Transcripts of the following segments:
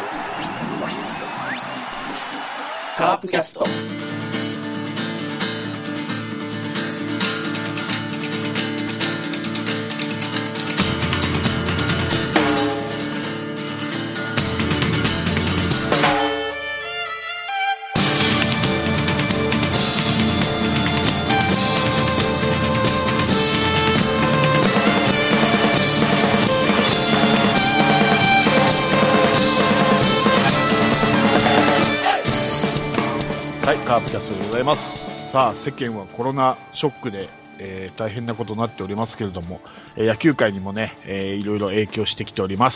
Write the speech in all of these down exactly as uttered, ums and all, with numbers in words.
カープキャスト。 はい、カープキャストでございます。さあ、世間はコロナショックで、えー大変なことになっておりますけれども、えー野球界にもね、えーいろいろ影響してきております。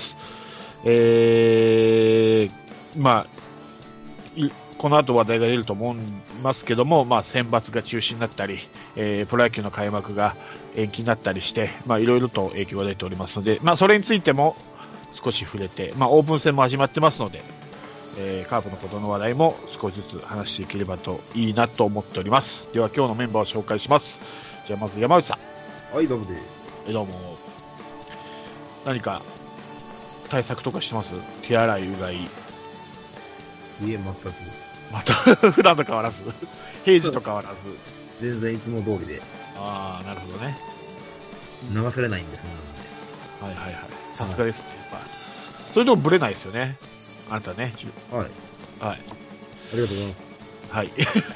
えーまあ、いこの後話題が出ると思いますけども、まあ、選抜が中止になったり、えープロ野球の開幕が延期になったりして、まあ、いろいろと影響が出ておりますので、まあ、それについても少し触れて、まあ、オープン戦も始まってますので、えーカープのことの話題も少しずつ話していければといいなと思っております。では今日のメンバーを紹介します。じゃあまず山内さん。 はい、どうもです。 えどうも。何か対策とかしてます？手洗い、うがい。 いえ、全く。 また普段と変わらず平時と変わらず。 全然いつも通りで。 ああ、なるほどね。 流されないんですもんね。 はいはいはい。さすがですね。やっぱそれでもブレないですよね。あなたね。 はい。 はい。 ありがとうございます。 はい。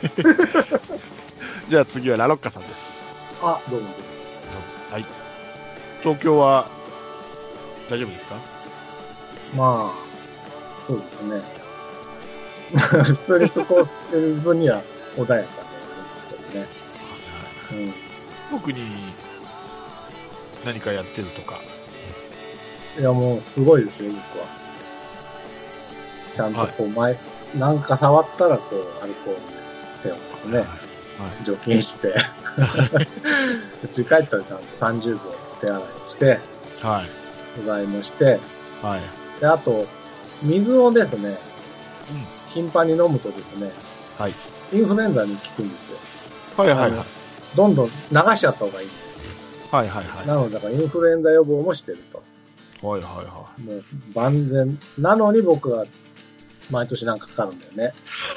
じゃあ次はラロッカさんです。 あ、どうも。 はい。東京は大丈夫ですか？ まあ、そうですね。普通に過ごしてる分には穏やかであるんですけどね。うん。 特に何かやってるとか。 いや、もうすごいですよ、僕は。ちゃんとこう前、なんか触ったらこう、アルコール手をですね、 はい、 除菌して、家帰ったらちゃんとさんじゅうびょう手洗いして、 はい。 うがいもして、 はい。 で、あと、水をですね、頻繁に飲むとですね、 はい。 インフルエンザに効くんですよ。 はいはいはい。 どんどん流しちゃった方がいいんですよ。 はいはいはい。 なので、だからインフルエンザ予防もしてると。 はいはいはもう万全。なのに僕は毎年なんかかかるんだよね。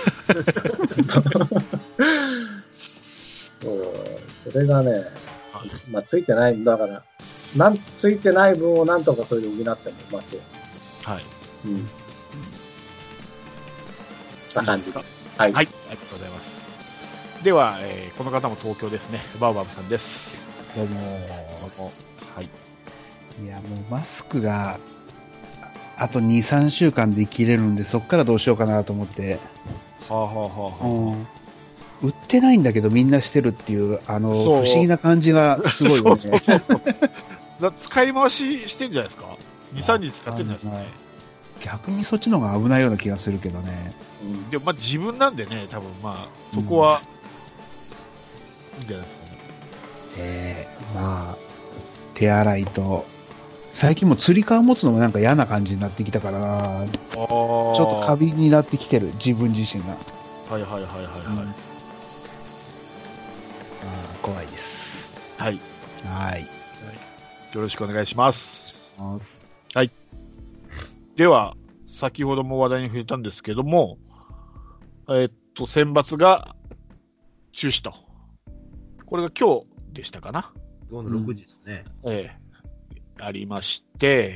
そうそれがね、まあついてないんだから、なんついてない分をなんとかそれで補ってもいますよ。 はい。 うん。な感じ。はい。 はい。ありがとうございます。では、えーこの方も東京ですね。バウバブさんです。 どうも。 はい。 いや、もうマスクが、あとに、さんしゅうかんで切れるんで、そっからどうしようかなと思って。 はあはあはあはあ。 うん売ってないんだけどみんなしてるっていう、あの、不そう思議な感じがすごいよね。 そうそうそうだ使い回ししてんじゃないですか？に、さんにち使ってんじゃないですかね。 逆にそっちの方が危ないような気がするけどね。 うん、でもまあ自分なんでね、多分まあ、そこは、いいんじゃないですかね。 えー、まあ、手洗いと、最近もつり革持つのもなんか嫌な感じになってきたからな。 あちょっと過敏になってきてる、自分自身が。 はいはいはいはいはい。 うんあ怖いです。 はい。 はい。 よろしくお願いします。はい。では、先ほども話題に触れたんですけども、えーっと、選抜が中止と。これが今日でしたかな？ 今日のろくじですね。 ええありまして、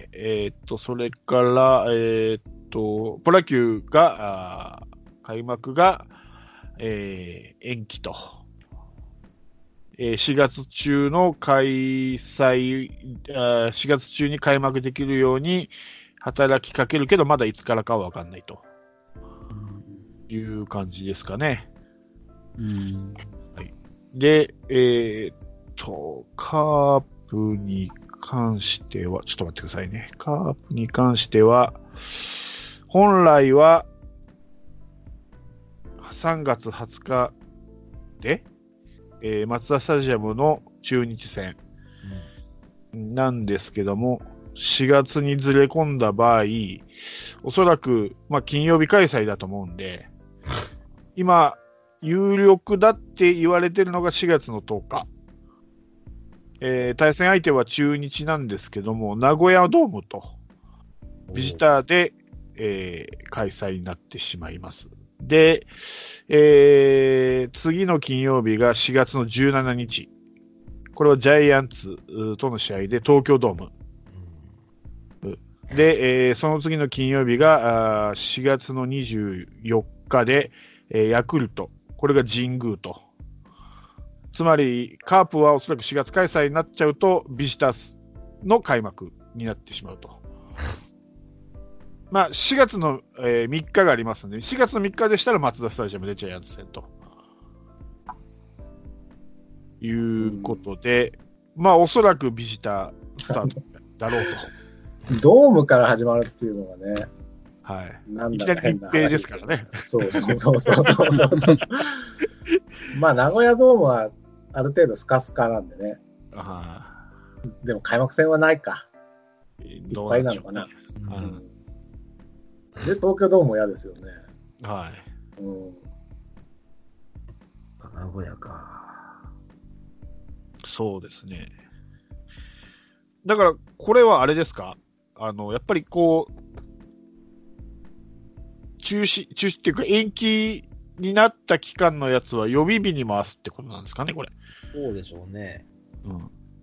えーっと、それから、えーっと、プロ野球が、あー開幕が、えー延期と。えーしがつ中の開催、あーしがつ中に開幕できるように働きかけるけど、まだいつからかはわかんないという感じですかね。 うん。 で、えーっと、カープに関しては、ちょっと待ってくださいね。カープに関しては、本来はさんがつはつかで、えー、マツダスタジアムの中日戦なんですけども、しがつにずれ込んだ場合、おそらく、まあ、金曜日開催だと思うんで、今、有力だって言われてるのがしがつのとおか。えー、対戦相手は中日なんですけども、名古屋ドームと、ビジターで、ええー、開催になってしまいます。で、えー、次の金曜日がしがつのじゅうしちにち。これはジャイアンツとの試合で東京ドーム。で、えー、その次の金曜日があしがつのにじゅうよっかで、えー、ヤクルト。これが神宮と。つまり、カープはおそらくしがつ開催になっちゃうと、ビジターズの開幕になってしまうと。まあ、しがつの、えー、みっかがありますので、しがつのみっかでしたらマツダスタジアムでジャイアンツ戦と。いうことで、まあ、おそらくビジタースタートだろうと。 ドームから始まるっていうのがね。 はい。 なんだいきなり密閉ですからね。 そうそうそうそうそうまあ、名古屋ドームはある程度スカスカなんでね。 あでも開幕戦はないか。 いっぱいなのかな。 うんうん、で、東京ドームも嫌ですよね。 はい。 うん、 名古屋か。 そうですね。だから、これはあれですか？あの、やっぱりこう、中止、中止っていうか延期になった期間のやつは予備日に回すってことなんですかね、これ。 そうでしょうね。 うん。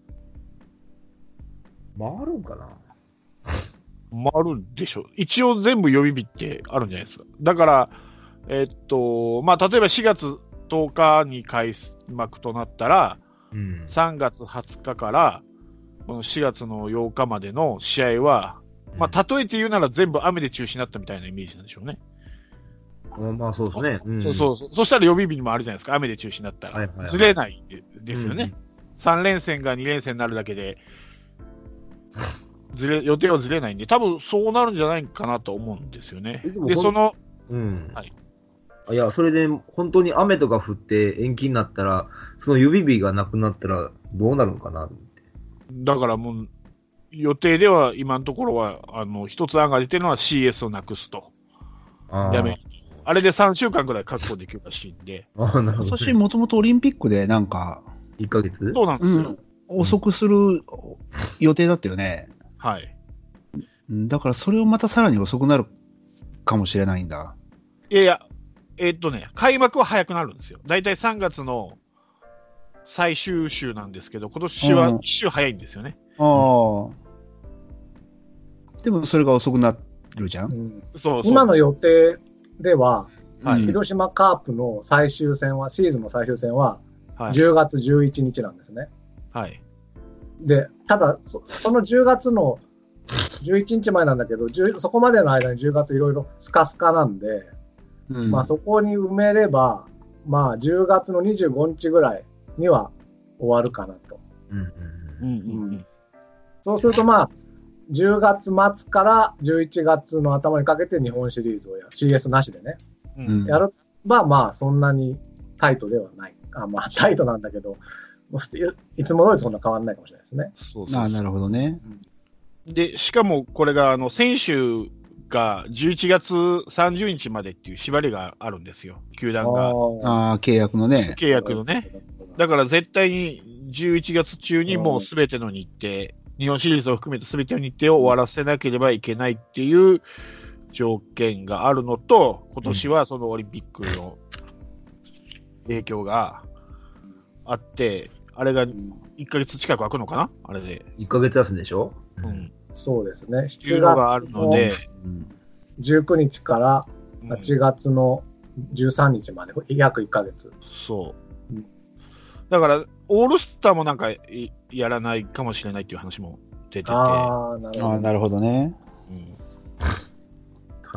回るんかな？ 回るでしょ。一応全部予備日ってあるんじゃないですか。だから、えっと、まあ、例えばしがつとおかに開幕となったら、 うん、 さんがつはつかからこのしがつのようかまでの試合は、まあ、例えて言うなら全部雨で中止になったみたいなイメージなんでしょうね。 うん、まあそうですね。うん、 そうそうそう。そしたら予備日にもあるじゃないですか。雨で中止になったら。 はいはいはい、 ずれないでですよね、 うん。 さんれんせんがにれんせんになるだけで、ずれ、予定はずれないんで、多分そうなるんじゃないかなと思うんですよね。で、その、 うん。 はい。 いや、それで本当に雨とか降って延期になったら、その予備日がなくなったらどうなるのかなって。 だからもう、予定では今のところは、あの、一つ案が出てるのは シーエス をなくすと。 あやめ、あれでさんしゅうかんぐらい確保できるらしいんで。 ああ、なるほど、ね。 私、もともとオリンピックでなんか、 いっかげつそうなんですよ。 うん、遅くする予定だったよね。 はい。 だからそれをまたさらに遅くなるかもしれないんだ。 いやいや、えー、っとね、開幕は早くなるんですよ。だいたいさんがつの最終週なんですけど、今年はいっ週早いんですよね。 ああ、うん。でもそれが遅くなるじゃん、うん、 そうそう。 今の予定では、 はい、 広島カープの最終戦は、シーズンの最終戦は、じゅうがつじゅういちにちなんですね。 はい。 で、ただ、そ, そのじゅうがつのじゅういちにちまえなんだけど、そこまでの間にじゅうがついろいろスカスカなんで、うん、まあそこに埋めれば、まあじゅうがつのにじゅうごにちぐらいには終わるかなと。 うんうんうんうん、そうするとまあ、じゅうがつまつからじゅういちがつの頭にかけて日本シリーズをやる。シーエス なしでね。うん、やればまあそんなにタイトではない。あまあタイトなんだけど、いつも通りそんな変わらないかもしれないですね。 そうそうそう。あ、なるほどね。 で、しかもこれがあの選手がじゅういちがつさんじゅうにちまでっていう縛りがあるんですよ。球団が。 ああ、契約のね。 契約のね。だから絶対にじゅういちがつ中にもうすべての日程、日本シリーズを含めてすべての日程を終わらせなければいけないっていう条件があるのと、今年はそのオリンピックの影響があって、あれがいっかげつ近く空くのかなあれで。 いっかげつ休んでしょうん。そうですね。 しちがつがあるので、 じゅうくにちからはちがつのじゅうさんにちまで、約いっかげつ。 そう。うん、だから、オールスターもなんかやらないかもしれないっていう話も出てて。 ああ、なるほど。 あなるほどね。 うん、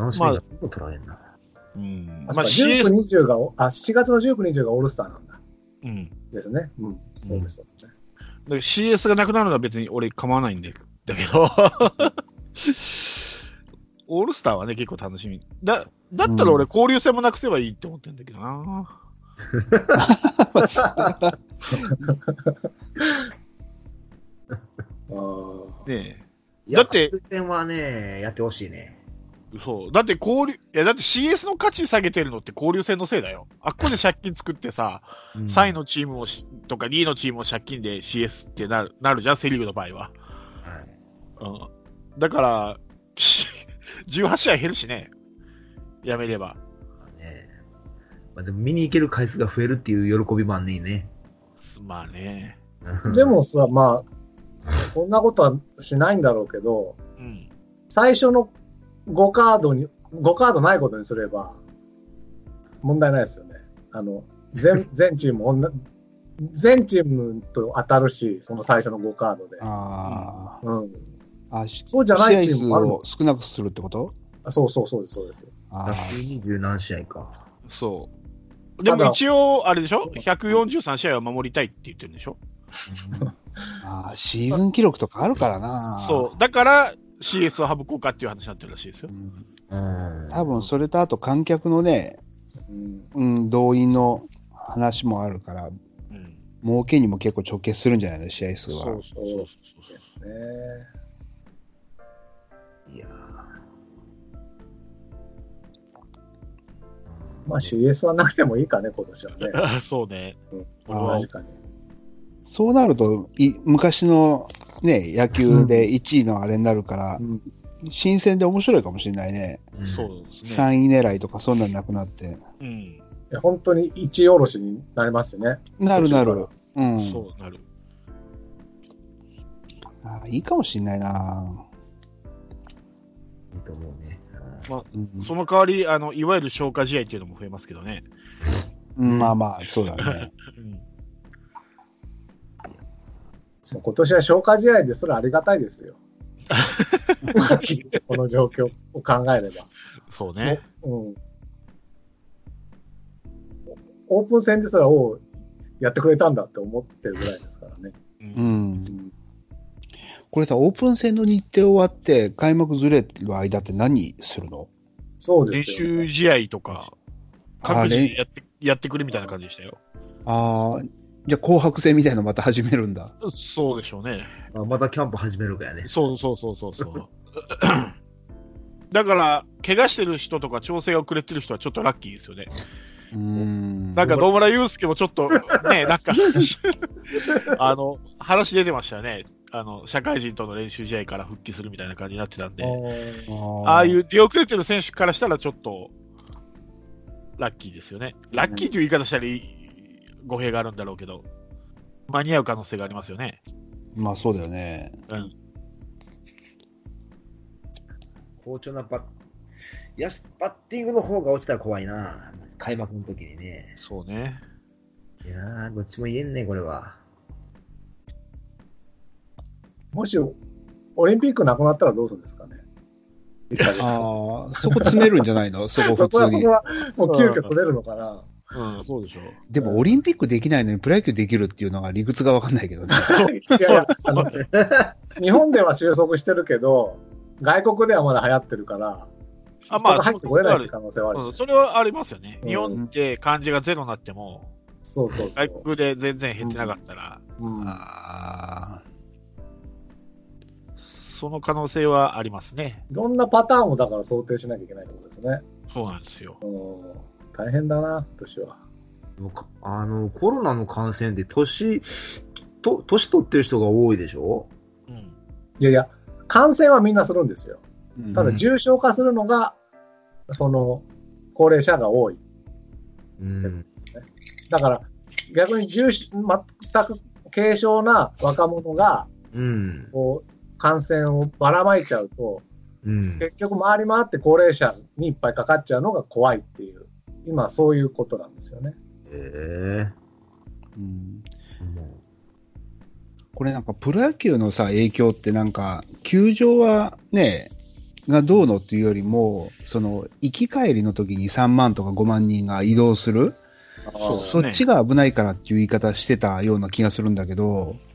楽しみだ。どう取られんな。 うん。 まあ、じゅうく、にじゅうが、あ、しちがつのじゅうく、にじゅうがオールスターなんだ。 うん。 ですね。うん。そうです、そうですね。 だから シーエス がなくなるのは別に俺構わないんで、だけど、オールスターはね、結構楽しみ。だ、だったら俺交流戦もなくせばいいって思ってるんだけどな。 あねえ。だって、交流戦はね、やってほしいね。 そう。だって交流、いやだって シーエス の価値下げてるのって交流戦のせいだよ。あっこで借金作ってさ、うん、さんいのチームをしとかにいのチームを借金で シーエス ってなる、なるじゃん、セリーグの場合は。はい。うん。だから、 じゅうはち試合減るしね。やめれば。 ね、まあ、でも見に行ける回数が増えるっていう喜びもあんねんね。 まあね。 でもさ、まあ、こんなことはしないんだろうけど、 うん、 最初のごカードに、ごカードないことにすれば、問題ないですよね。あの、全、全チーム女、全チームと当たるし、その最初のごカードで。 ああ。 うん。 あ、 そうじゃないチームもあるの。 試合数を少なくするってこと？ あ、そうそうそうです、そうです。 あひゃくにじゅう何試合か。 そう。でも一応、あれでしょ ?ひゃくよんじゅうさん 試合は守りたいって言ってるんでしょあ、シーズン記録とかあるからな。 そう。だから シーエス を省こうかっていう話になってるらしいですよ。 うん、多分それとあと観客のね、うん、動員の話もあるから、うん、儲けにも結構直結するんじゃないの、試合数は。そうそうそうですね。いやまあ シーエス はなくてもいいかね、今年はね。 そうね。 うん、確かに。 そうなると、い昔のね、野球でいちいのあれになるから、うん、新鮮で面白いかもしれないね。 うん、そうですね。 さんい狙いとかそんなんなくなって。 うん。いや本当にいちおろしになりますよね。 なるなる。うん。 そうなる。 あ、いいかもしれないな。 いいと思うね。 まあ、うん、その代わり、あの、いわゆる消化試合っていうのも増えますけどね。 うん、まあまあ、そうだね。 うん、今年は消化試合ですらありがたいですよ。この状況を考えれば。 そうね。 うん。オープン戦ですら、おう、やってくれたんだって思ってるぐらいですからね。 うん。うん、これさ、オープン戦の日程終わって、開幕ずれる間って何するの？ そうですよ、ね。練習試合とか、各自でやって、やってくれみたいな感じでしたよ。 ああ、じゃあ紅白戦みたいなのまた始めるんだ。 そうでしょうね。 あ、またキャンプ始めるかやね。 そうそうそうそうそう。だから、怪我してる人とか調整が遅れてる人はちょっとラッキーですよね。 うーん。 なんか野村祐介もちょっとね、なんかあの、話出てましたよね。あの、社会人との練習試合から復帰するみたいな感じになってたんで、あ, ああいう出遅れてる選手からしたらちょっと、ラッキーですよね。ラッキーという言い方したら語弊があるんだろうけど、間に合う可能性がありますよね。 まあそうだよね。 うん。 好調なバッ、いや、バッティングの方が落ちたら怖いな。開幕の時にね。 そうね。 いやー、どっちも言えんね、これは。 もし、オリンピックなくなったらどうするんですかね。 ああ、そこ詰めるんじゃないの？そこ普通に。 そこは、もう急遽取れるのかな。 うん、そうでしょう。 でも、オリンピックできないのにプロ野球できるっていうのが理屈がわかんないけどね。 いやいや、あの、日本では収束してるけど、外国ではまだ流行ってるから、 あ、まあ、 入ってこれないって可能性はある、 うん。それはありますよね。うん、日本で漢字がゼロになっても、 そうそうそう。 外国で全然減ってなかったら、 うんうん、 あその可能性はありますね。 いろんなパターンをだから想定しなきゃいけないってことですね。 そうなんですよ。 大変だな、年は。 あの、コロナの感染で年、と、年取ってる人が多いでしょ？ うん。いやいや、感染はみんなするんですよ。ただ重症化するのが、うん、その、高齢者が多い。 うん。 だから、逆に重、全く軽症な若者が、 うん。 こう、感染をばらまいちゃうと、 うん、 結局回り回って高齢者にいっぱいかかっちゃうのが怖いっていう、今そういうことなんですよね。 へえー。 うん。これなんかプロ野球のさ、影響ってなんか、球場はね、がどうのっていうよりも、その、行き帰りの時にさんまんとかごまんにんが移動する、そ, そっちが危ないからっていう言い方してたような気がするんだけど、 うん、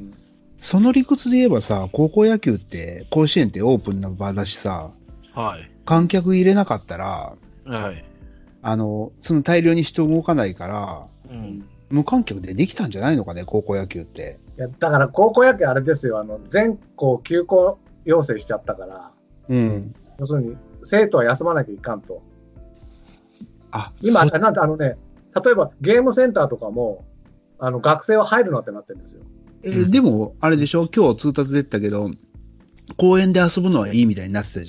その理屈で言えばさ、高校野球って甲子園ってオープンな場だしさ、 はい、 観客入れなかったら、 はい、 あの、その大量に人動かないから、 うん、 無観客でできたんじゃないのかね、高校野球って。 いや、だから高校野球あれですよ、あの、全校休校要請しちゃったから、 うん。 要するに、生徒は休まなきゃいかんと。 あ、 今、なんてあのね、例えばゲームセンターとかも、あの、学生は入るなってなってるんですよ。 えー、でも、あれでしょ、今日通達出てたけど、公園で遊ぶのはいいみたいになってたでしょ。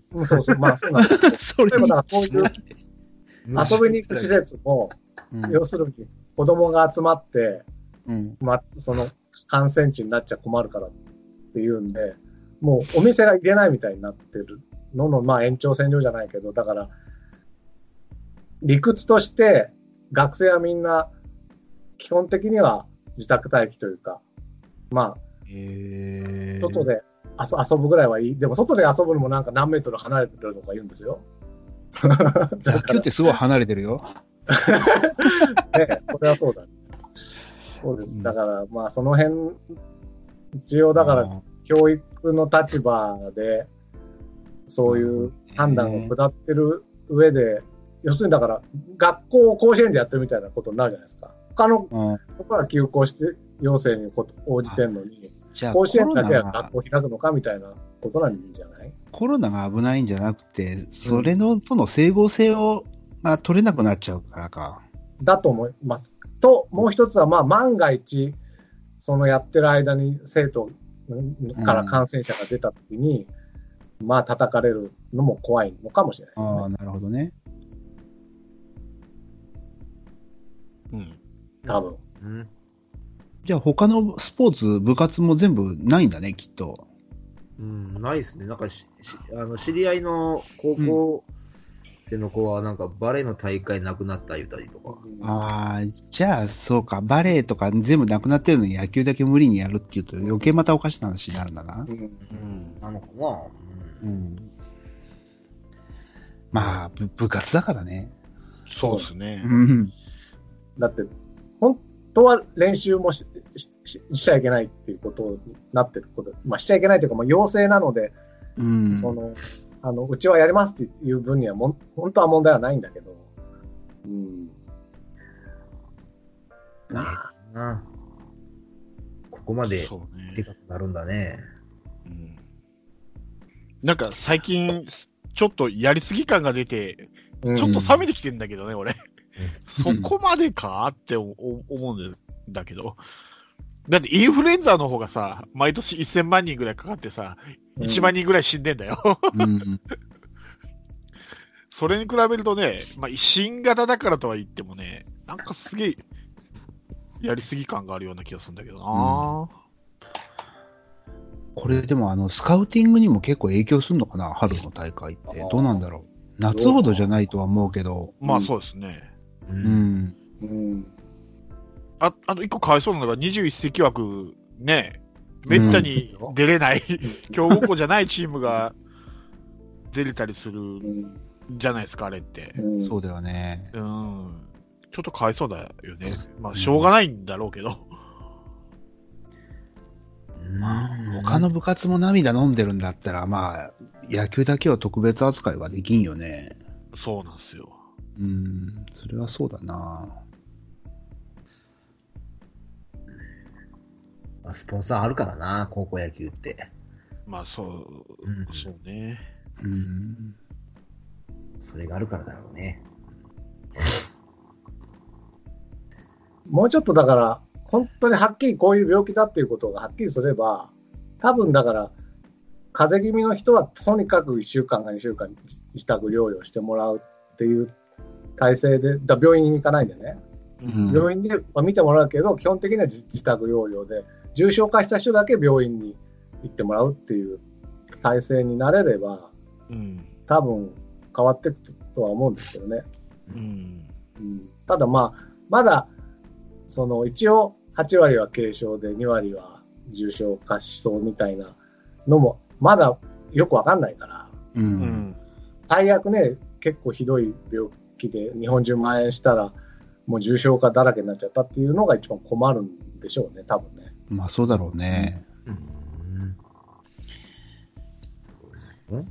うん、そうそう、まあそうなんですけど、 それ例えばだからそういう遊びに行く施設も、 うん、 要するに子供が集まって、 うん。 まあ、その感染地になっちゃ困るからっていうんで、もうお店が入れないみたいになってるのの、まあ延長線上じゃないけど、だから、理屈として学生はみんな基本的には自宅待機というか、まあ、 えー、 外で遊遊ぶぐらいはいい。でも外で遊ぶのもなんか何メートル離れてるとか言うんですよ。 野球ってすごい離れてるよ。 ね、それはそうだ、ね。そうです。だから、まあその辺、一応だから教育の立場で、そういう判断を下ってる上で、要するにだから、学校を甲子園でやってるみたいなことになるじゃないですか。他のところは休校して要請に応じてるのに、甲子園だけは学校開くのかみたいなことなんじゃない？ コロナが危ないんじゃなくて、それの、その整合性を、が取れなくなっちゃうからか。 だと思います。と、もう一つは、まあ、万が一、そのやってる間に生徒から感染者が出たときに、うん、まあ、叩かれるのも怖いのかもしれないですね。 ああ、なるほどね。 うん。 多分。 うん。 じゃあ、他のスポーツ、部活も全部ないんだね、きっと。 うん、ないですね。なんかし、しあの、知り合いの高校生の子は、なんか、バレーの大会なくなった言ったりとか。 うん、 ああ、じゃあ、そうか、バレーとか全部なくなってるのに野球だけ無理にやるっていうと、余計またおかしな話になるんだな。 うん。 うん。 なのかな。 うん。まあ、部部活だからね。 そうですね。 うん。 だって、本当は練習もししししちゃいけないっていうことになってること、まあしちゃいけないというか、まあ要請なので、 うん。 その、あの、うちはやりますっていう分にはもん、本当は問題はないんだけど、うん。 ああ。ここまでそうねでかくなるんだね。 うん。なんか最近、ちょっとやりすぎ感が出て、 うん、 ちょっと冷めてきてんだけどね、俺。 うんそこまでかって思うんだけど。だってインフルエンザの方がさ、毎年せんまんにんぐらいかかってさ、いちまんにんぐらい死んでんだよ。 うん。 それに比べるとね、まあ、新型だからとは言ってもね、なんかすげえ、やりすぎ感があるような気がするんだけどな、 うん、これでもあの、スカウティングにも結構影響するのかな、春の大会って。どうなんだろう。夏ほどじゃないとは思うけど。 まあそうですね。 うん。 うん。 あ、あと一個かわいそうなのがにじゅういっせき枠ね、めったに出れない、うん、強豪校じゃないチームが出れたりするじゃないですか、あれって。 うん、そうだよね。 うん。ちょっとかわいそうだよね。まあ、しょうがないんだろうけど。 うん、まあ、他の部活も涙飲んでるんだったら、まあ、野球だけは特別扱いはできんよね。 そうなんですよ。 うん、それはそうだな。 スポンサーあるからな、高校野球って。 まあそう、うん、そうね。 うん。 それがあるからだろうね。 もうちょっとだから、本当にはっきりこういう病気だっていうことがはっきりすれば、多分だから、風邪気味の人はとにかくいっしゅうかんかにしゅうかん自宅療養してもらうっていう体制で、だ病院に行かないんでね。うん、病院で見てもらうけど、基本的には自宅療養で、重症化した人だけ病院に行ってもらうっていう体制になれれば、うん、多分変わっていくとは思うんですけどね。うんうん、ただまあ、まだ、その一応はちわりは軽症でにわりは重症化しそうみたいなのも、まだよくわかんないから、うん、最悪ね、結構ひどい病気で日本中蔓延したら、もう重症化だらけになっちゃったっていうのが一番困るんでしょうね、多分ね。 まあそうだろうね。 うん。うん。うん。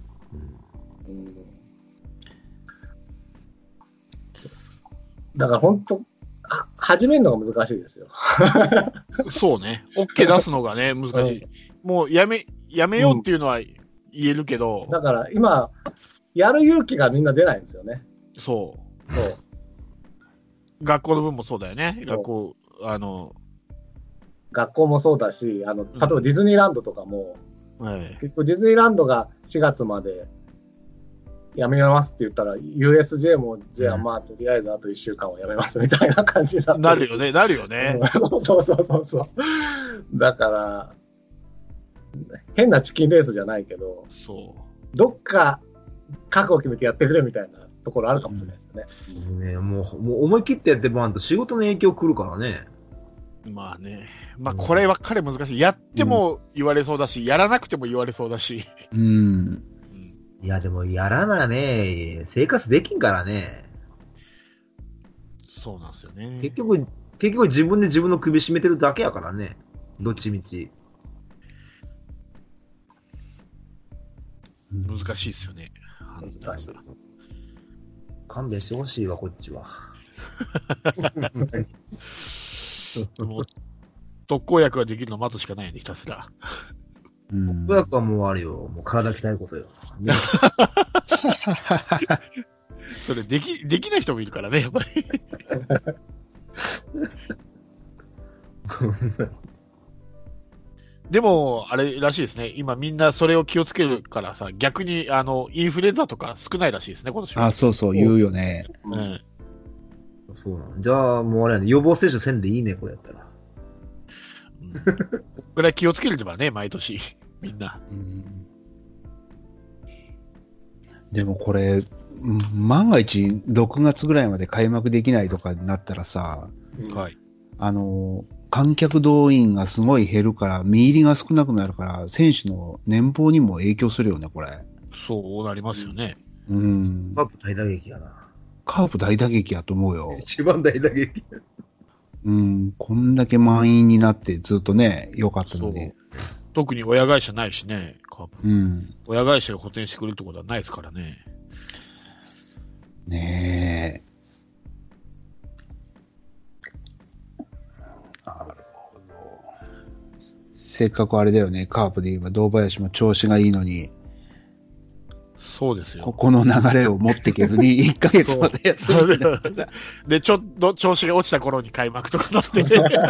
だから本当、始めるのが難しいですよ。 そうね。OK 出すのがね、難しい。うん、もうやめ、やめようっていうのは言えるけど。 うん、だから今、やる勇気がみんな出ないんですよね。 そう。 そう。 学校の分もそうだよね。学校、あの、 学校もそうだし、あの、例えばディズニーランドとかも、 うん、はい、 結構ディズニーランドがしがつまでやめますって言ったら、ユーエスジェー も、じゃあまあ、とりあえずあといっしゅうかんはやめますみたいな感じになってなるよね、なるよね。 そうそうそうそうそう。だから、変なチキンレースじゃないけど、 そう。 どっか覚悟決めてやってくれみたいなところあるかもしれないですね。 うん、ねもう、もう思い切ってやってもらうと仕事の影響くるからね。 まあね。まあこれは彼難しい。やっても言われそうだし、うん、やらなくても言われそうだし。 うん。 いやでもやらなね、生活できんからね。 そうなんですよね。 結局、結局自分で自分の首絞めてるだけやからね。どっちみち。 難しいですよね。 難しい。 勘弁してほしいわ、こっちは。 もう特効薬ができるのを待つしかないよね、ひたすら。 特効薬はもうあるよ。もう体鍛えることよ。 それでき、できない人もいるからね、やっぱり。でも、あれらしいですね。今みんなそれを気をつけるからさ、逆に、あの、インフルエンザとか少ないらしいですね、今年は。 あ、そうそう、言うよね。 うん。 そうなの。じゃあ、もうあれやね、予防接種せんでいいね、これやったら。 うん。これぐらい気をつければね、毎年、みんな。うん、 でもこれ、万が一、ろくがつぐらいまで開幕できないとかになったらさ、 うん、はい。 あの、観客動員がすごい減るから、見入りが少なくなるから、選手の年俸にも影響するよね、これ。 そうなりますよね。 うん。 カープ大打撃やな。 カープ大打撃やと思うよ。 一番大打撃。 うん、こんだけ満員になってずっとね、良かったので。 特に親会社ないしね、カープ。 うん。 親会社が補填してくれるってことはないですからね。 ねえ。なるほど。せっかくあれだよね、カープで言えば堂林も調子がいいのに。 そうですよ。 ここの流れを持っていけずにいっかげつまで休みで、ちょっと調子が落ちた頃に開幕とかなって。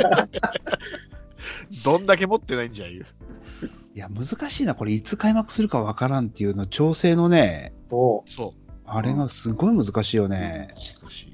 どんだけ持ってないんじゃいう。 いや、難しいな。これいつ開幕するかわからんっていうの、調整のね。 そう。そう。 あれがすごい難しいよね。 難し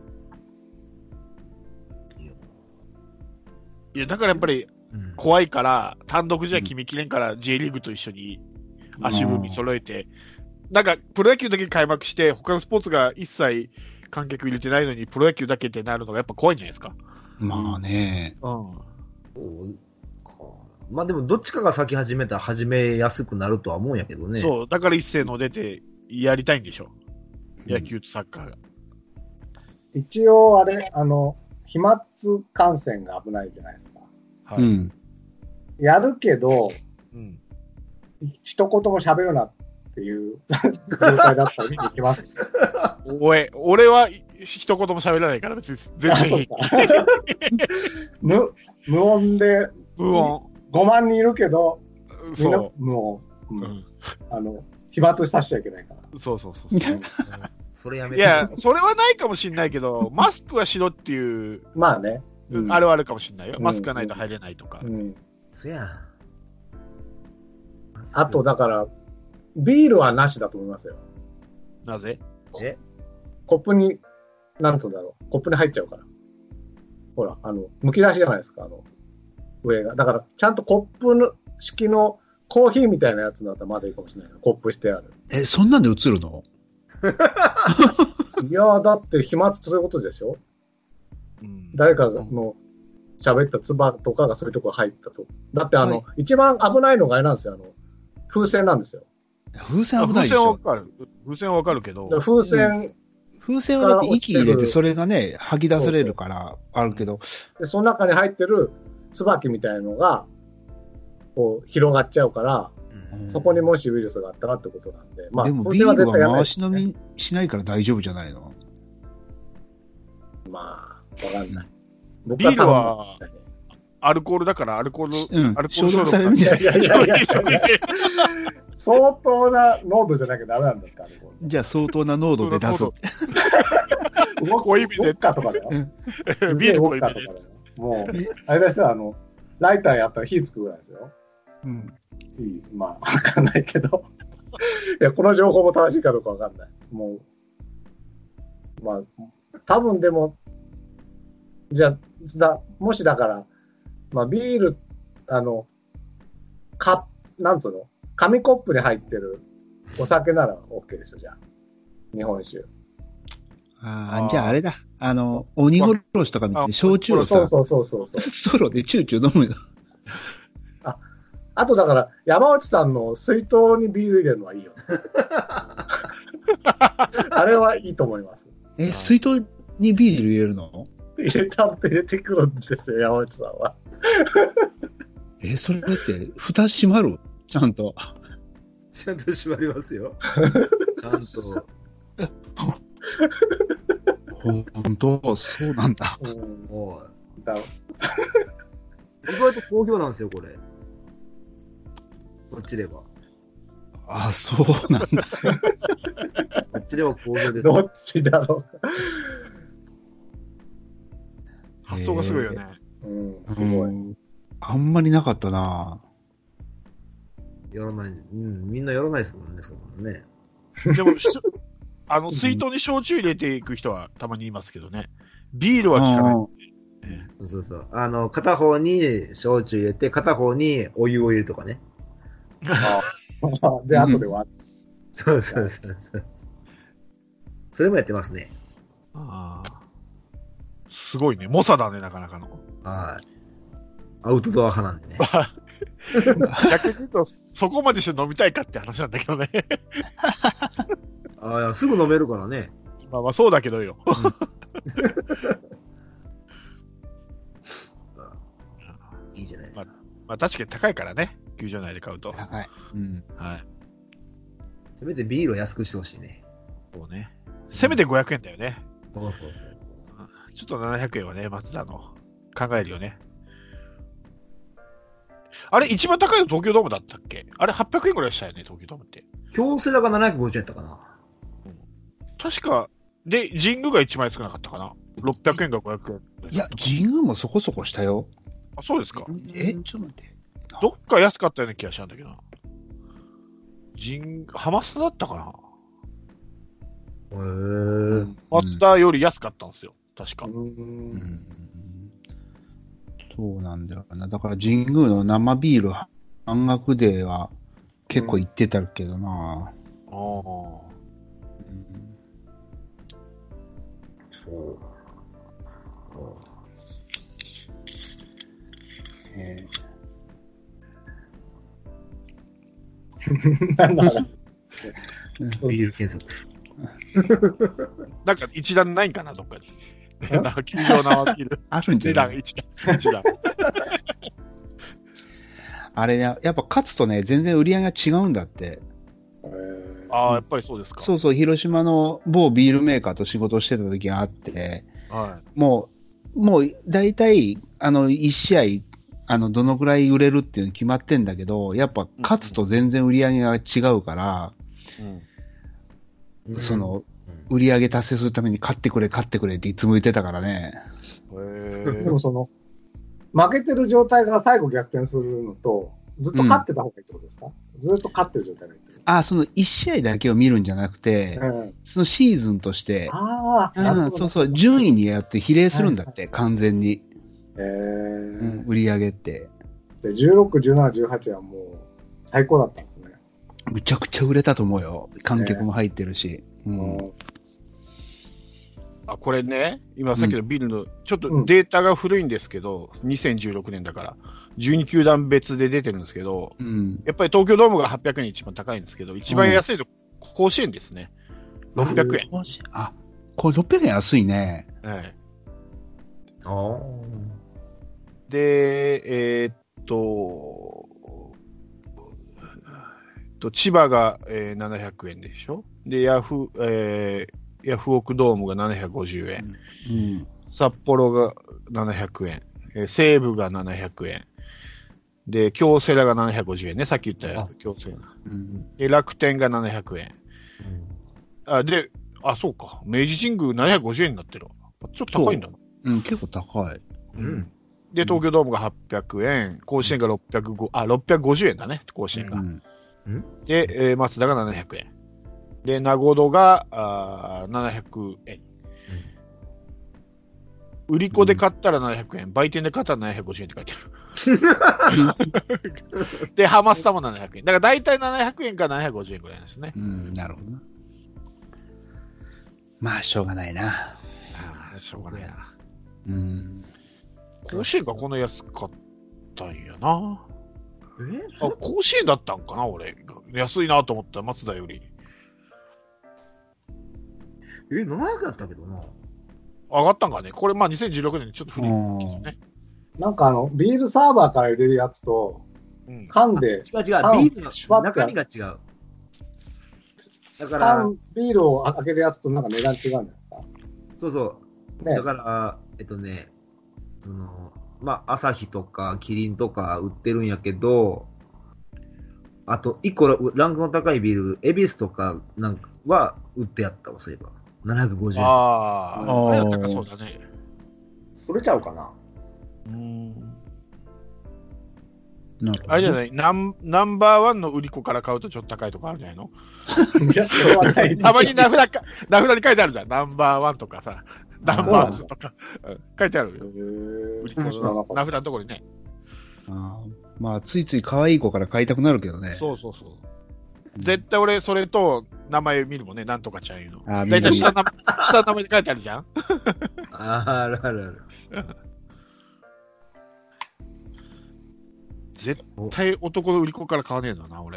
い。いや、だからやっぱり、怖いから、単独じゃ決めきれんから、J リーグと一緒に足踏み揃えて、なんか、プロ野球だけ開幕して、他のスポーツが一切観客入れてないのに、プロ野球だけってなるのがやっぱ怖いんじゃないですか。 まあね。 うん。 そうか。まあでも、どっちかが先始めたら始めやすくなるとは思うんやけどね。 そう。だから一斉の出て、やりたいんでしょ。野球とサッカーが。 一応、あれ、あの、飛沫感染が危ないじゃないですか。 はい。うん、 やるけど、 うん、 一言も喋るなっていう状態だったら見に行きます。 おい、俺は一言も喋らないから別に全然いい。 無、無音で、 無音。 ごまん人いるけど、 みんな無音。うんうん、あの、飛沫させちゃいけないから。 そうそうそうそう。 それやめて。いや、それはないかもしれないけど、マスクはしろっていう。 まあね。 うん、あれはあるかもしれないよ。マスクがないと入れないとか。 うん。うん、 そや。 あと、だから、ビールはなしだと思いますよ。 なぜ？ え？ コップに、なんつうんだろう。コップに入っちゃうから。ほら、あの、むき出しじゃないですか、あの、上が。だから、ちゃんとコップの式のコーヒーみたいなやつだったらまだいいかもしれない。コップしてある。 え、そんなんで映るの？ いやー、だって飛沫ってそういうことでしょ？うん、誰かの喋った唾とかがそういうところ入ったと。だってあの、はい、一番危ないのがあれなんですよ。あの、風船なんですよ。 風船危ないでしょ。 風船はわかる。風船はわかるけど。 風船、うん、 風船はだって息入れてそれがね、吐き出されるからあるけど。 そうそうで、その中に入ってる椿みたいなのが、こう、広がっちゃうから、うん、そこにもしウイルスがあったらってことなんで。まあ、 でもビールは回し飲みしないから大丈夫じゃないの？ まあ、わかんない。 ビールは、アルコールだから、アルコール、 うん、 アルコール消毒されるんじゃない？いやいやいや相当な濃度じゃなきゃダメなんですか、ね、 じゃあ相当な濃度で出す。 こういう意味で。 ウォッカとかだよ。 ビールこういう意味で。 もう、あれですよ、あの、ライターやったら火つくぐらいですよ。 うん。 いい、まあ、わかんないけど。 や、この情報も正しいかどうかわかんない。もう、まあ、多分でも、じゃあ、だもしだから、まあ、ビール、あの、カなんつうの紙コップに入ってるお酒なら OK でしょ、じゃあ。日本酒。 ああ、じゃああれだ。あの、鬼殺しとか見て、焼酎をさ、 そうそうそうそう。 ストローでチューチュー飲むよ。 あ、あとだから、山内さんの水筒にビール入れるのはいいよ。あれはいいと思います。 え、水筒にビール入れるの？ 入れたって入れてくるんですよ、山内さんは。 え、それって、蓋閉まる？ちゃんと。 ちゃんと閉まりますよ。ちゃんと。 ほんと、そうなんだ。 うん、 おい。 だ意外と好評なんですよ、これ。こっちでは。 あ、そうなんだ。 こっちでは好評です。 どっちだろ発想がすごいよね。 う。うん、すごい。 うんあんまりなかったな。 やらない。うん、みんなやらないですもんね、そんなのね。 でも、しあの、水筒に焼酎入れていく人はたまにいますけどね。ビールは効かない。 そうそうそう。あの、片方に焼酎入れて、片方にお湯を入れるとかね。 で、後で割る。 そうそうそうそう。それもやってますね。 ああ。すごいね。猛者だね、なかなかの。 はい。アウトドア派なんでね。 逆に言うと、そこまでして飲みたいかって話なんだけどね。 ああ、すぐ飲めるからね。 まあまあそうだけどよ。 うん、いいじゃないですか。 まあ、まあ確かに高いからね。球場内で買うと。 高い。うん。 はい。 せめてビールを安くしてほしいね。 そうね。せめてごひゃくえんだよね。 そうそうそう。 ちょっとななひゃくえんはね、松田の考えるよね。あれ、一番高いの東京ドームだったっけ？あれはっぴゃくえんぐらいしたよね、東京ドームって。 京セラがななひゃくごじゅうえんやったかな。 確か、で、神宮が一番安くなかったかな。ろっぴゃくえんかごひゃくえん。 いや、神宮もそこそこしたよ。 あ、そうですか。 え、ちょっと待って。 どっか安かったような気がしたんだけどな。神、ハマスタだったかな。 へー。 松田より安かったんですよ、確か。 うんうんそうなんだよな。だから神宮の生ビール半額では結構行ってたけどな。 ああ。 そう。 えなんだろう。 ビール検索。 なんか一段ないんかな、どっかに。なんか球場生ビール。 あるんじ値ゃない段一段。一段。 あれね、やっぱ勝つとね、全然売り上げが違うんだって。 ああ、やっぱりそうですか。 そうそう、広島の某ビールメーカーと仕事してた時があって、 はもう、もう大体、あの、一試合、あの、どのくらい売れるっていうの決まってんだけど、やっぱ勝つと全然売り上げが違うから、 い。うん。 その、売り上げ達成するために買ってくれ、買ってくれっていつも言ってたからね。 へでもその、負けてる状態が最後逆転するのと、ずっと勝ってた方がいいってことですか？うん、ずっと勝ってる状態がいいってこと？ あ、その一試合だけを見るんじゃなくて、うん、そのシーズンとして、 ああ、 うん、そうそう、順位によって比例するんだって、はい、完全に。 へえーうん、売り上げって。 で、じゅうろく、じゅうなな、じゅうはちはもう最高だったんですね。 むちゃくちゃ売れたと思うよ。観客も入ってるし。うん、 あ、これね、今さっきのビルの、ちょっとデータが古いんですけど、うん、にせんじゅうろくねんだから、じゅうに球団別で出てるんですけど、うん、やっぱり東京ドームがはっぴゃくえん一番高いんですけど、一番安いの甲子園ですね。ろっぴゃくえん。 あ、これろっぴゃくえん安いね。 はい。 あで、えー、っと、と千葉が、えー、ななひゃくえんでしょ。で、ヤフ、えー、ヤフオクドームがななひゃくごじゅうえん。うん、札幌がななひゃくえん。えー、西武がななひゃくえん。で、京セラがななひゃくごじゅうえんね。さっき言ったやつ、京セラ。うん、で、楽天がななひゃくえん。うん、あ、で、あ、そうか。明治神宮ななひゃくごじゅうえんになってる。ちょっと高いんだな。 うん、結構高い。 うん。で、東京ドームがはっぴゃくえん。甲子園がろっぴゃくご、あ、ろっぴゃくごじゅうえんだね。甲子園が。うん、 で、えー、松田がななひゃくえん。で、名古屋があななひゃくえん。売り子で買ったらななひゃくえん、売店で買ったらななひゃくごじゅうえんって書いてある。で、ハマスタもななひゃくえん。だから大体ななひゃくえんかななひゃくごじゅうえんぐらいですね。 うん、なるほどな。まあ、しょうがないな。 ああ、しょうがないな。 うん。 甲子園がこんな安かったんやな。 えあ、甲子園だったんかな、俺。安いなと思った、松田より。 え、ななひゃくやったけどな。 上がったんかね。これ、まあにせんじゅうろくねんにちょっと古いんですけどね。 なんかあの、ビールサーバーから入れるやつと、 うん、 缶で、 違う違う、ビールの中身が違う。だから、 ビールを開けるやつとなんか値段違うんじゃないですか。 そうそう。 ね、 だから、えっとね、その、まあ、アサヒとかキリンとか売ってるんやけど、あと、一個ランクの高いビール、エビスとかなんかは売ってやったわ、そういえば。ななひゃくごじゅうえん。 ああ、あれは高そうだね。 それちゃうかな。 うーん。 なるほど。 あれじゃない、ナンナンバーワンの売り子から買うとちょっと高いとこあるんじゃないの？ いや、それはない。 たまに名札か、名札に書いてあるじゃん。ナンバーワンとかさ、ナンバーツーとか、うん書いてあるよ。売り子の名札のところにね。 あまあ、ついつい可愛い子から買いたくなるけどね。 そうそうそう。絶対俺、それと名前見るもんね、なんとかちゃんいうの。 あだいたい下の名前、下の名前で書いてあるじゃん。 ああ、あるあるある。 絶対男の売り子から買わねえのな、俺。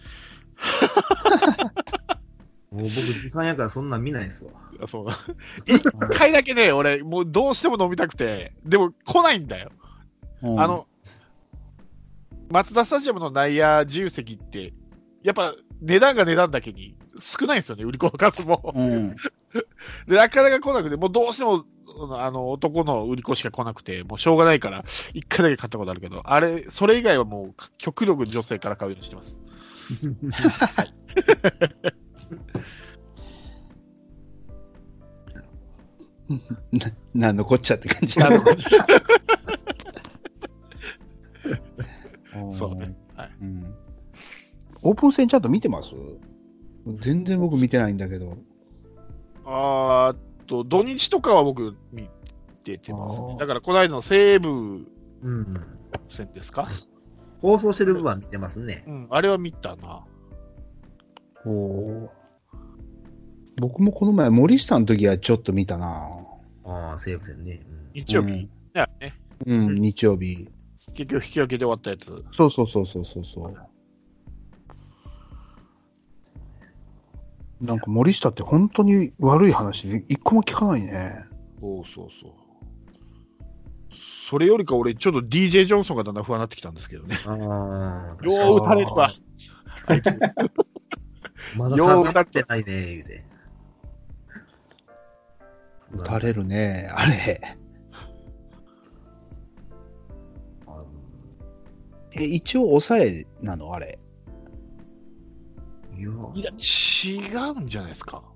もう僕、持参やからそんなん見ないですわ。 そう。一回だけね、俺、もうどうしても飲みたくて、でも来ないんだよ。 うん、 あの、松田スタジアムの内野自由席って、やっぱ値段が値段だけに少ないんですよね、売り子の数も。 うん、 で、なかなか来なくて、もうどうしても、あの、男の売り子しか来なくて、もうしょうがないから、一回だけ買ったことあるけど、あれ、それ以外はもう、極力女性から買うようにしてます。はい。 な、なんのこっちゃって感じ。 そうね。はい。 うん。オープン戦ちゃんと見てます？全然僕見てないんだけど。 あーっと、土日とかは僕見ててますね。だから、この間の西武戦ですか、 うん、放送してる部分は見てますね。 うん、あれは見たな。 お僕もこの前、森下の時はちょっと見たな。 ああ、西武戦ね。 うん、日曜日、うん、ね。 うん、日曜日。 結局引き分けで終わったやつ。 そうそうそうそうそうそう。なんか森下って本当に悪い話で一個も聞かないね。 そうそうそう。それよりか俺ちょっと ディージェー ジョンソンがだんだん不安になってきたんですけどね。 ああ。 よう打たれるわ。あいつ。 まだ下がってないね、言うて。 打たれるね、あれ。え、一応抑えなのあれ。 いや、いや違うんじゃないですか。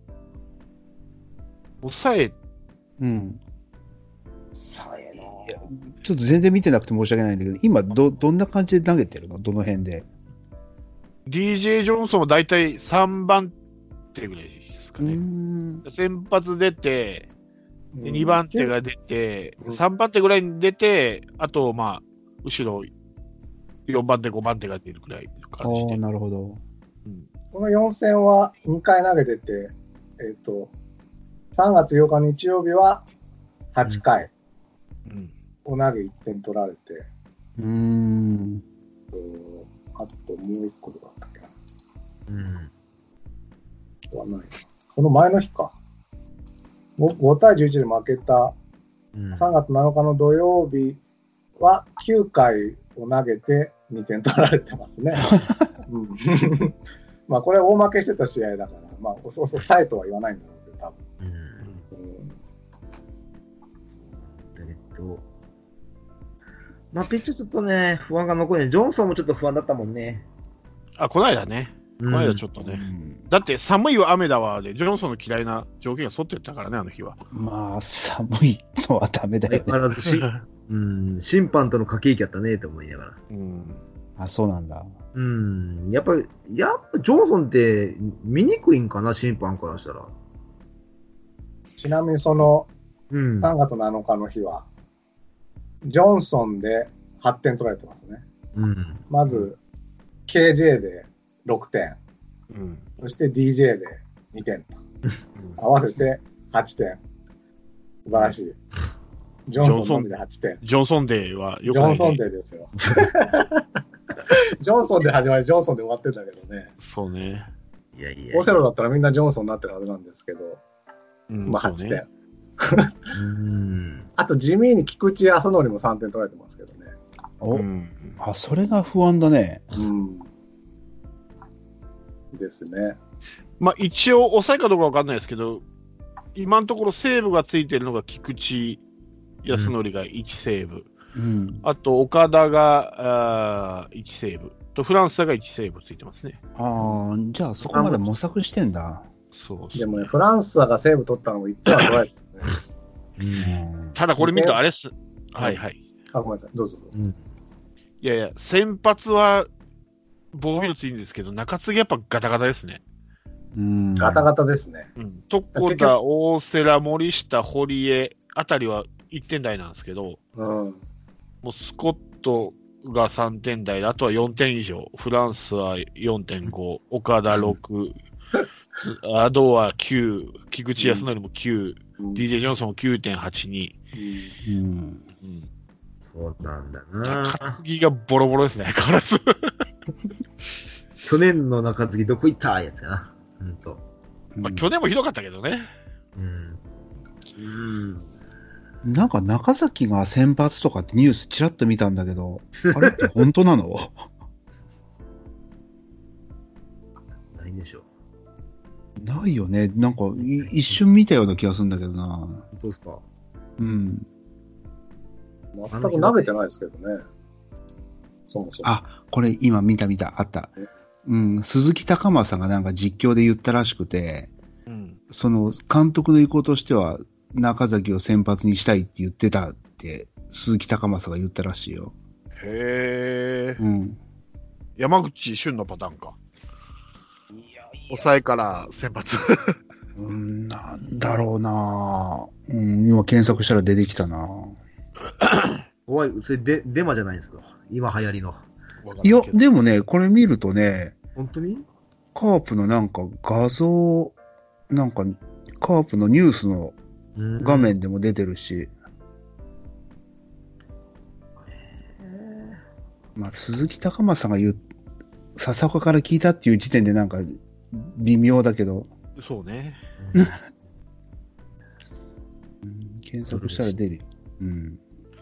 抑え。 うん。 抑えな。 いや、ちょっと全然見てなくて申し訳ないんだけど、今ど、どんな感じで投げてるの？どの辺で。 ディージェー ジョンソンはだいたいさんばん手ぐらいですかね。先発出て、でにばん手が出て、うん、さんばん手ぐらいに出て、あと、まあ、後ろよんばん手、ごばん手が出るくらいの感じで。 ああ、なるほど。 うん、このよん戦はにかい投げてて、えっと、さんがつようか日曜日ははちかいを投げいってん取られて、 うーん。 あともういっこどうだったっけな。 うん。 はないな。その前の日か。ごたいじゅういちで負けたさんがつなのかの土曜日はきゅうかいを投げてにてん取られてますね。うん、まあこれ大負けしてた試合だから、まあそうそうさえとは言わないんだろうけど、多分。うんうん、 だけど、まあピッチちょっとね、不安が残るね。ジョンソンもちょっと不安だったもんね。 あ、この間ね。この間ちょっとね。うん、だって寒いわ雨だわで、ジョンソンの嫌いな条件が沿ってたからね、あの日は。 まあ、寒いのはダメだよね。 しうん、審判との駆け引きやったねと思いながら。 うん、 あ、そうなんだ。 ううん。やっぱり、やっぱジョンソンって見にくいんかな、審判からしたら。 ちなみにそのうん。 さんがつなのかの日は、ジョンソンではってん取られてますね。 うん。 まず、ケージェー でろくてん、 うん。 そして ディージェー でにてんと、合わせてはちてん。素晴らしい。ジョンソンのみではちてん。 ジョンソンデーはよくジョンないね。 ソンデーですよ。ジョンソンで始まり、ジョンソンで終わってんだけどね。 そうね。 いやいやいや。 オセロだったらみんなジョンソンになってるはずなんですけど、 うん、 まあはちてん。 そうね。 うん。 あと地味に菊池康則もさんてん取られてますけどね。 お、 うん。 あ、それが不安だね。 うん。ですね。 まあ一応、抑えかどうかわかんないですけど、今のところセーブがついてるのが菊池康則がいちセーブ。 うん。 あと、岡田があーいちセーブ。と、フランスがいちセーブついてますね。 ああ、じゃあそこまで模索してんだ。 そうそう。 でもね、フランスがセーブ取ったのもいってんは取られてるね。 うん。 ただこれ見るとあれっす。はいはい。 あ、ごめんなさい。どうぞどうぞ。 うん。 いやいや、先発は防御率いいんですけど、中継ぎやっぱガタガタですね。 うん。 ガタガタですね。 うん。床田、大瀬良、森下、堀江あたりはいってん台なんですけど、 うん。 もうスコットがさんてん台で、あとはよんてん以上。フランスは よんてんご、岡田ろく、アドはきゅう、菊池康則もきゅう、 うんディージェー ジョンソンも きゅうてんはちに。 うんうん。 うん。 そうなんだな。 中継ぎがボロボロですね、変わらず。 去年の中継ぎどこ行ったやつやな。ほんと。 まあ、去年もひどかったけどね。 うん。うん。 なんか中崎が先発とかってニュースちらっと見たんだけど、あれって本当なの？ ないんでしょう。 ないよね。なんかい一瞬見たような気がするんだけどな。 本当ですか？ うん。 全く投げてないですけどね。そもそも。 あ、これ今見た見た、あったえ。 うん、鈴木高正がなんか実況で言ったらしくて、 うん。 その監督の意向としては中崎を先発にしたいって言ってたって鈴木高正が言ったらしいよ。 へー。 うん。 山口俊のパターンか。抑えから先発。 うん、なんだろうなぁ。うん、今検索したら出てきたな怖い、それで、デマじゃないですか。今流行りの。 いや、でもね、これ見るとね、 本当に？ カープのなんか画像、なんか、カープのニュースの画面でも出てるし、まあ、鈴木高正が言う、笹岡から聞いたっていう時点でなんか微妙だけど、 そうね。 うん。 うん検索したら出る。うん。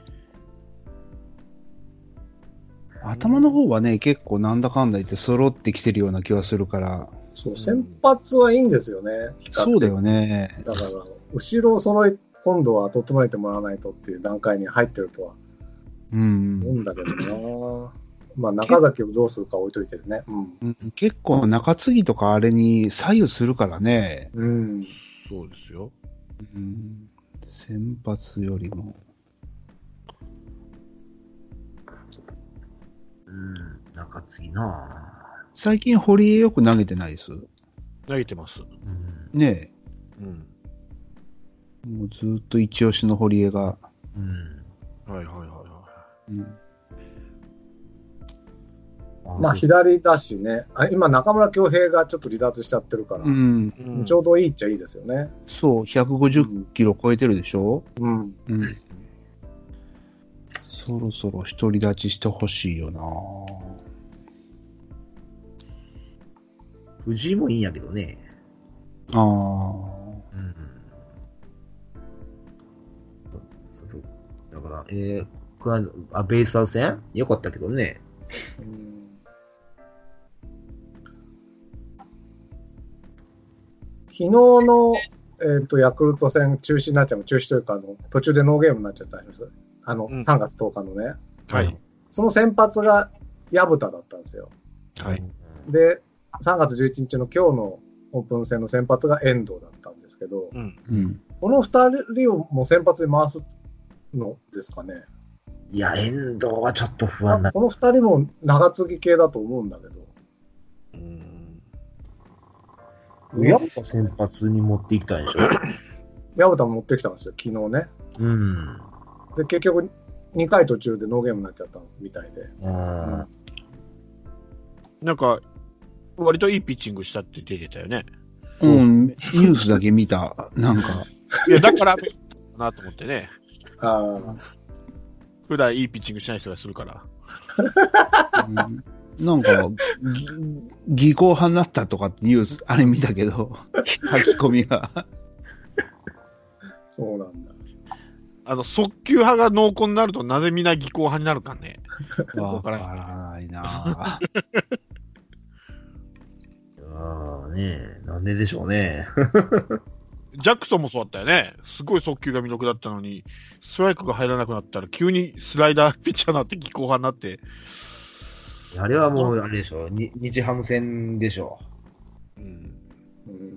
頭の方はね、結構なんだかんだ言って揃ってきてるような気はするから、 そう、先発はいいんですよね。比較的そうだよね。 だから、後ろを揃い、今度は整えてもらわないとっていう段階に入ってるとはうん。 思うんだけどな。まあ、中崎をどうするか置いといてるね。うん。 うん結構中継ぎとかあれに左右するからね。 うん。 そうですよ。 うん、先発よりも。 うん。中継ぎな最近堀江よく投げてないです。 投げてます。 ぁ。うん。 ねうん。 え。もうずっと一押しの堀江が。 うん。 はいはいはいはうんまあ、左だしね。あ今、中村恭平がちょっと離脱しちゃってるから、 うん。 い。うんちょうどいいっちゃいいですよね。 そう、ひゃくごじゅっキロ超えてるでしょ、 うん。 うん、そろそろ独り立ちしてほしいよな藤井もいいんやけどね。 ああ。 うん。そうそうだから、えー、この間あ、ベイスターズ戦よかったけどね。 うん昨日の、えっとヤクルト戦中止になっちゃう、中止というかあの、途中でノーゲームになっちゃったんです。あの、 うんさんがつとおかのね。 はい。 その先発が薮田だったんですよ。 はい。 で、さんがつじゅういちにちの今日のオープン戦の先発が遠藤だったんですけど、 うん。 うん。 この二人をもう先発に回すのですかね。 いや、遠藤はちょっと不安だ。 この二人も長継ぎ系だと思うんだけど。 うん。 やっぱ先発に持っていきたいんでしょ。 矢蓋も持ってきたんですよ、昨日ね。 うん。 で、結局、にかい途中でノーゲームになっちゃったみたいで。 うん。 なんか、割といいピッチングしたって出てたよね。 うん、ニュースだけ見た、なんか。 いや、だから、なと思ってね。 ああ。 普段いいピッチングしない人がするから。 うん、なんか、ぎ技巧派になったとかってニュース、あれ見たけど、書き込みが。 そうなんだ。 あの、速球派が濃厚になると、なぜみんな技巧派になるかね。 わからないなぁ。 ああねえ、なんででしょうね。 ジャックソンもそうだったよね。すごい速球が魅力だったのに、ストライクが入らなくなったら、急にスライダーピッチャーになって技巧派になって。 あれはもう、あれでしょ。に日ハム戦でしょ。 うん。 うん